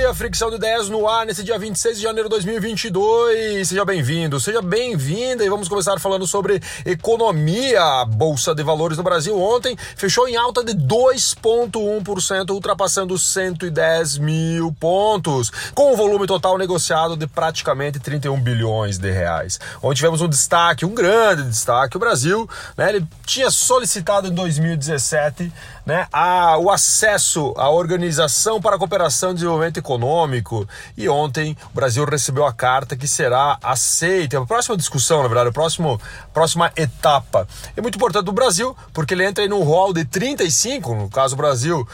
dia, Fricção de Ideias no ar, nesse dia 26 de janeiro de 2022. Seja bem-vindo, seja bem-vinda e vamos começar falando sobre economia. A Bolsa de Valores no Brasil ontem fechou em alta de 2,1%, ultrapassando 110 mil pontos, com um volume total negociado de praticamente 31 bilhões de reais. Ontem tivemos um destaque, um grande destaque. O Brasil, ele tinha solicitado em 2017 o acesso à Organização para a Cooperação e Desenvolvimento Econômico, e ontem o Brasil recebeu a carta que será aceita. A próxima discussão, na verdade, a próxima etapa é muito importante do Brasil, porque ele entra aí no rol de 35, no caso o Brasil,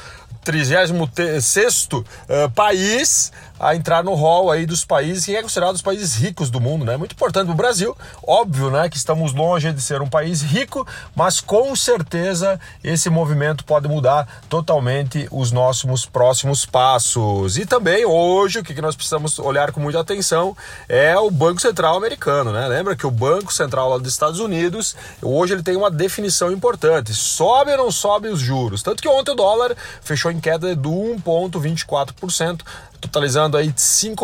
36º país a entrar no rol aí dos países que é considerado os países ricos do mundo, né? Muito importante para o Brasil, óbvio, que estamos longe de ser um país rico, mas com certeza esse movimento pode mudar totalmente os nossos próximos passos. E também hoje o que nós precisamos olhar com muita atenção é o Banco Central americano, né? Lembra que o Banco Central lá dos Estados Unidos, hoje ele tem uma definição importante: sobe ou não sobe os juros? Tanto que ontem o dólar fechou em queda de 1,24%, totalizando aí R$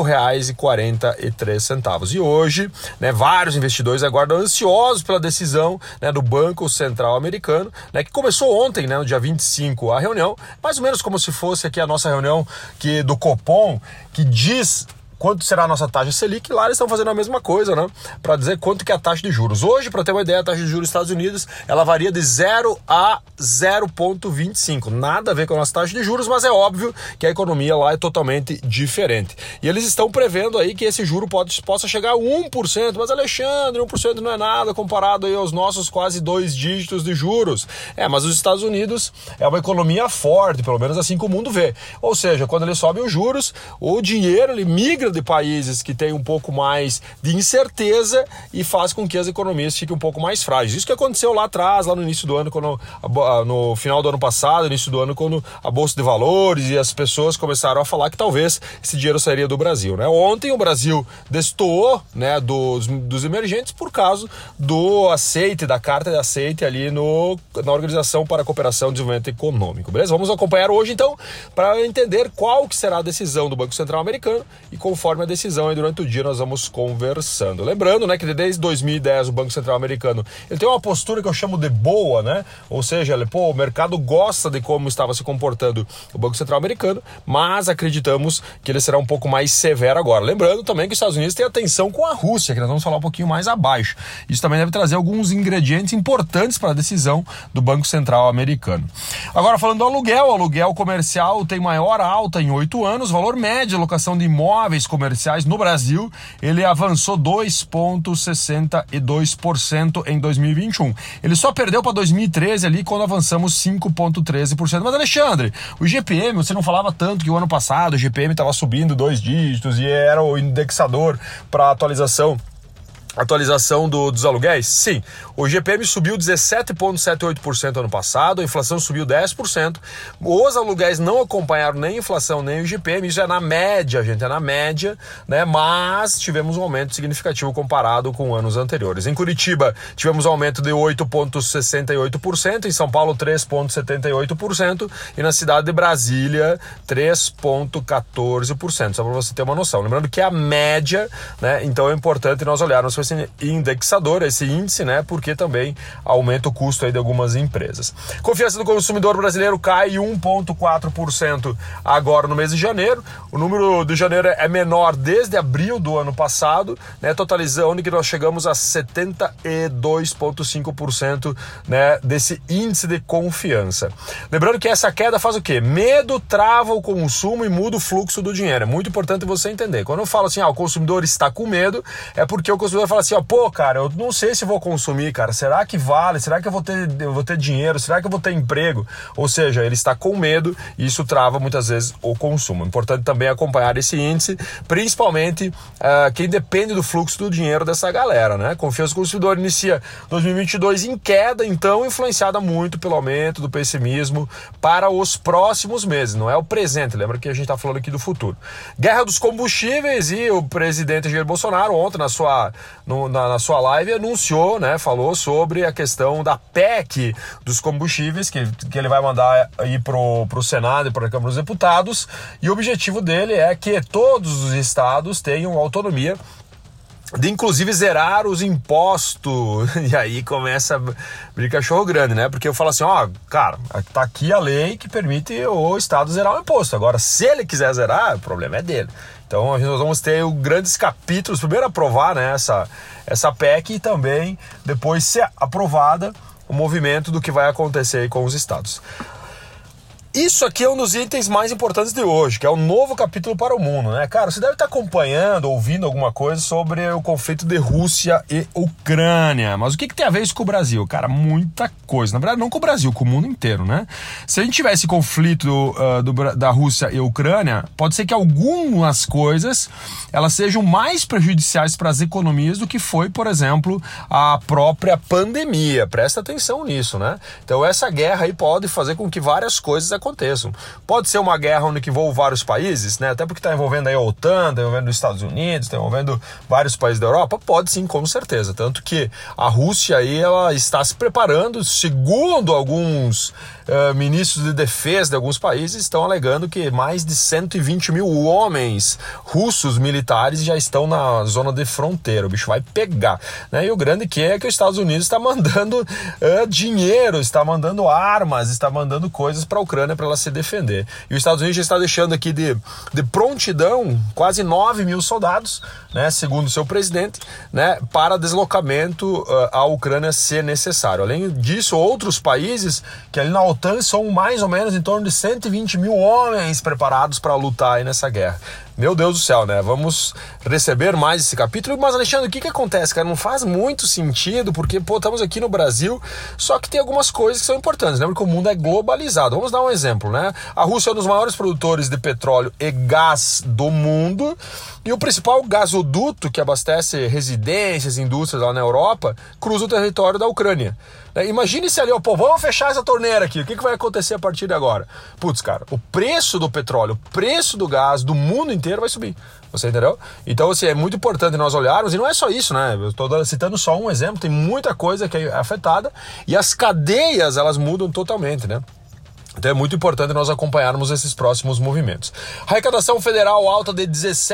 5,43. E hoje, vários investidores aguardam ansiosos pela decisão do Banco Central americano, que começou ontem, no dia 25, a reunião, mais ou menos como se fosse aqui a nossa reunião do Copom, que diz quanto será a nossa taxa Selic. Lá eles estão fazendo a mesma coisa, para dizer quanto que é a taxa de juros. Hoje, para ter uma ideia, a taxa de juros dos Estados Unidos, ela varia de 0 a 0,25. Nada a ver com a nossa taxa de juros, mas é óbvio que a economia lá é totalmente diferente. E eles estão prevendo aí que esse juro possa chegar a 1%, mas Alexandre, 1% não é nada comparado aí aos nossos quase 2 dígitos de juros. Mas os Estados Unidos é uma economia forte, pelo menos assim que o mundo vê. Ou seja, quando eles sobem os juros, o dinheiro ele migra de países que têm um pouco mais de incerteza e faz com que as economias fiquem um pouco mais frágeis. Isso que aconteceu lá atrás, lá no início do ano, no final do ano passado, início do ano, quando a Bolsa de Valores e as pessoas começaram a falar que talvez esse dinheiro sairia do Brasil. Ontem o Brasil destoou dos emergentes por causa do aceite, da carta de aceite ali na Organização para a Cooperação e Desenvolvimento Econômico. Beleza? Vamos acompanhar hoje então para entender qual que será a decisão do Banco Central americano e conforme a decisão aí durante o dia nós vamos conversando. Lembrando, que desde 2010 o Banco Central americano ele tem uma postura que eu chamo de boa, ou seja, o mercado gosta de como estava se comportando o Banco Central americano, mas acreditamos que ele será um pouco mais severo agora. Lembrando também que os Estados Unidos têm a tensão com a Rússia, que nós vamos falar um pouquinho mais abaixo. Isso também deve trazer alguns ingredientes importantes para a decisão do Banco Central americano. Agora, falando do aluguel, o aluguel comercial tem maior alta em 8 anos, valor médio de locação de imóveis comerciais no Brasil, ele avançou 2,62% em 2021. Ele só perdeu para 2013 ali, quando avançamos 5,13%. Mas Alexandre, o IGPM, você não falava tanto que o ano passado o IGPM estava subindo 2 dígitos e era o indexador para atualização dos aluguéis? Sim, o IGPM subiu 17,78% ano passado, a inflação subiu 10%, os aluguéis não acompanharam nem a inflação nem o IGPM, isso é na média, gente, mas tivemos um aumento significativo comparado com anos anteriores. Em Curitiba tivemos um aumento de 8,68%, em São Paulo 3,78% e na cidade de Brasília 3,14%, só para você ter uma noção. Lembrando que a média, então é importante nós olharmos esse indexador, esse índice, porque também aumenta o custo aí de algumas empresas. Confiança do consumidor brasileiro cai 1,4% agora no mês de janeiro. O número de janeiro é menor desde abril do ano passado, totalizando que nós chegamos a 72,5%, desse índice de confiança. Lembrando que essa queda faz o quê? Medo trava o consumo e muda o fluxo do dinheiro. É muito importante você entender. Quando eu falo assim, o consumidor está com medo, é porque o consumidor fala assim, cara, eu não sei se vou consumir, cara, será que vale? Será que eu vou ter dinheiro? Será que eu vou ter emprego? Ou seja, ele está com medo e isso trava muitas vezes o consumo. Importante também acompanhar esse índice, principalmente quem depende do fluxo do dinheiro dessa galera, Confiança do consumidor inicia 2022 em queda, então influenciada muito pelo aumento do pessimismo para os próximos meses, não é o presente, lembra que a gente está falando aqui do futuro. Guerra dos combustíveis e o presidente Jair Bolsonaro ontem na na sua live anunciou, né, falou sobre a questão da PEC dos combustíveis, que ele vai mandar ir pro Senado e para a Câmara dos Deputados, e o objetivo dele é que todos os estados tenham autonomia de inclusive zerar os impostos. E aí começa a abrir cachorro grande, né? Porque eu falo assim, cara, tá aqui a lei que permite o estado zerar o imposto. Agora, se ele quiser zerar, o problema é dele. Então nós vamos ter grandes capítulos, primeiro aprovar, né, essa PEC, e também depois ser aprovada o movimento do que vai acontecer aí com os estados. Isso aqui é um dos itens mais importantes de hoje, que é o novo capítulo para o mundo, né? Cara, você deve estar acompanhando, ouvindo alguma coisa sobre o conflito de Rússia e Ucrânia. Mas o que tem a ver isso com o Brasil? Cara, muita coisa. Na verdade, não com o Brasil, com o mundo inteiro, né? Se a gente tiver esse conflito da Rússia e Ucrânia, pode ser que algumas coisas elas sejam mais prejudiciais para as economias do que foi, por exemplo, a própria pandemia. Presta atenção nisso, né? Então essa guerra aí pode fazer com que várias coisas aconteçam. Pode ser uma guerra onde que envolve vários países, né? Até porque está envolvendo aí a OTAN, está envolvendo os Estados Unidos, está envolvendo vários países da Europa. Pode sim, com certeza. Tanto que a Rússia aí, ela está se preparando, segundo alguns ministros de defesa de alguns países, estão alegando que mais de 120 mil homens russos militares já estão na zona de fronteira. O bicho vai pegar, né? E o grande que é que os Estados Unidos está mandando dinheiro, está mandando armas, está mandando coisas para a Ucrânia para ela se defender. E os Estados Unidos já está deixando aqui de prontidão quase 9 mil soldados, né, segundo o seu presidente, né, para deslocamento à Ucrânia se necessário. Além disso, outros países que ali na OTAN são mais ou menos em torno de 120 mil homens preparados para lutar aí nessa guerra. Meu Deus do céu, né? Vamos receber mais esse capítulo. Mas, Alexandre, o que acontece, cara? Não faz muito sentido, porque, estamos aqui no Brasil, só que tem algumas coisas que são importantes. Lembra que o mundo é globalizado. Vamos dar um exemplo, né? A Rússia é um dos maiores produtores de petróleo e gás do mundo, e o principal gasoduto que abastece residências, indústrias lá na Europa, cruza o território da Ucrânia. Imagine se ali, vamos fechar essa torneira aqui, o que vai acontecer a partir de agora? Putz, cara, o preço do petróleo, o preço do gás do mundo inteiro vai subir, você entendeu? Então, assim, é muito importante nós olharmos, e não é só isso, né? Eu estou citando só um exemplo, tem muita coisa que é afetada, e as cadeias, elas mudam totalmente, né? Então é muito importante nós acompanharmos esses próximos movimentos. Arrecadação federal alta de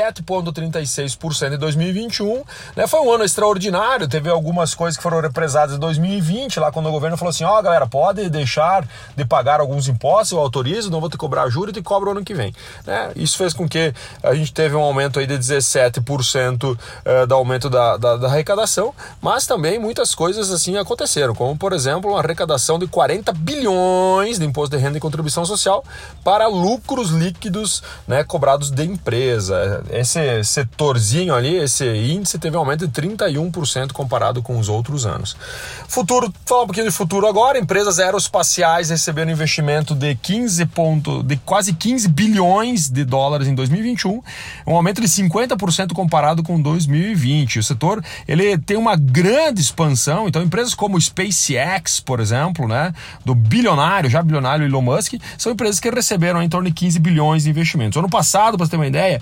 17,36% em 2021, né? Foi um ano extraordinário, teve algumas coisas que foram represadas em 2020, lá quando o governo falou assim, galera, pode deixar de pagar alguns impostos, eu autorizo, não vou te cobrar juros e te cobro ano que vem, né? Isso fez com que a gente teve um aumento aí de 17% do aumento da arrecadação, mas também muitas coisas assim aconteceram, como por exemplo uma arrecadação de 40 bilhões de imposto de renda e contribuição social para lucros líquidos, né, cobrados de empresa. Esse setorzinho ali, esse índice teve um aumento de 31% comparado com os outros anos. Futuro, falar um pouquinho de futuro agora, empresas aeroespaciais receberam investimento de quase 15 bilhões de dólares em 2021, um aumento de 50% comparado com 2020. O setor, ele tem uma grande expansão, então empresas como SpaceX, por exemplo, né, do bilionário Elon Musk, são empresas que receberam em torno de 15 bilhões de investimentos. Ano passado, para você ter uma ideia,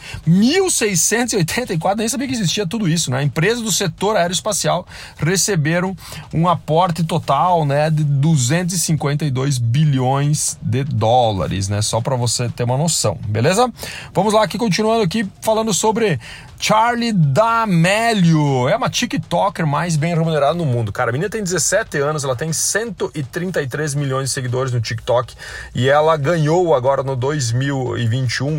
1.684, nem sabia que existia tudo isso, né? Empresas do setor aeroespacial receberam um aporte total, né, de 252 bilhões de dólares, né? Só para você ter uma noção, beleza? Vamos lá, aqui continuando aqui, falando sobre Charli D'Amelio. É uma TikToker mais bem remunerada no mundo. Cara, a menina tem 17 anos, ela tem 133 milhões de seguidores no TikTok e ela ganhou agora no 2021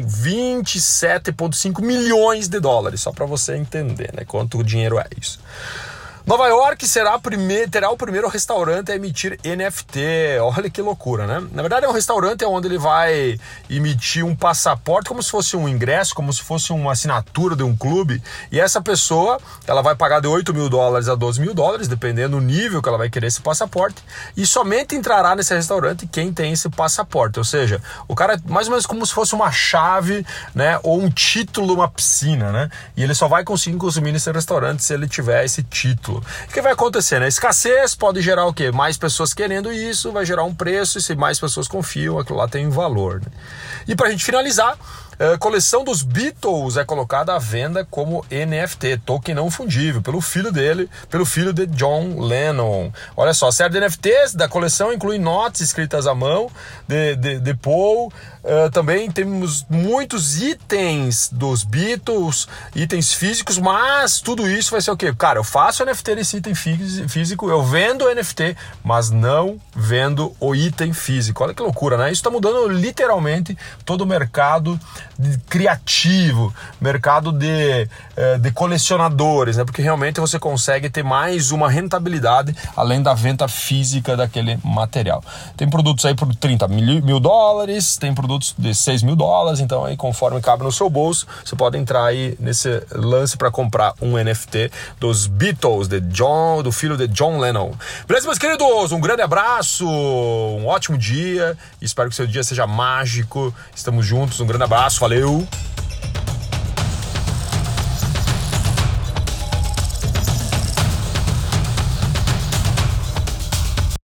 27,5 milhões de dólares, só para você entender, né, quanto dinheiro é isso. Nova York terá o primeiro restaurante a emitir NFT. Olha que loucura, né? Na verdade é um restaurante onde ele vai emitir um passaporte, como se fosse um ingresso, como se fosse uma assinatura de um clube. E essa pessoa, ela vai pagar de 8 mil dólares a 12 mil dólares, dependendo do nível que ela vai querer esse passaporte. E somente entrará nesse restaurante quem tem esse passaporte. Ou seja, o cara é mais ou menos como se fosse uma chave, né? Ou um título de uma piscina, né? E ele só vai conseguir consumir nesse restaurante se ele tiver esse título. O que vai acontecer, né? Escassez pode gerar o quê? Mais pessoas querendo isso, vai gerar um preço, e se mais pessoas confiam, aquilo lá tem valor, né? E pra gente finalizar, Coleção dos Beatles é colocada à venda como NFT, token não fundível, pelo filho de John Lennon. Olha só, a série de NFTs da coleção inclui notas escritas à mão de Paul. Também temos muitos itens dos Beatles, itens físicos, mas tudo isso vai ser o quê? Cara, eu faço NFT desse item físico, eu vendo o NFT, mas não vendo o item físico. Olha que loucura, né? Isso está mudando literalmente todo o mercado criativo, mercado de colecionadores, né? Porque realmente você consegue ter mais uma rentabilidade além da venda física daquele material. Tem produtos aí por $30 mil, tem produtos de $6 mil, então aí conforme cabe no seu bolso, você pode entrar aí nesse lance para comprar um NFT dos Beatles, do filho de John Lennon. Beleza, meus queridos? Um grande abraço, um ótimo dia, espero que seu dia seja mágico, estamos juntos, um grande abraço, valeu!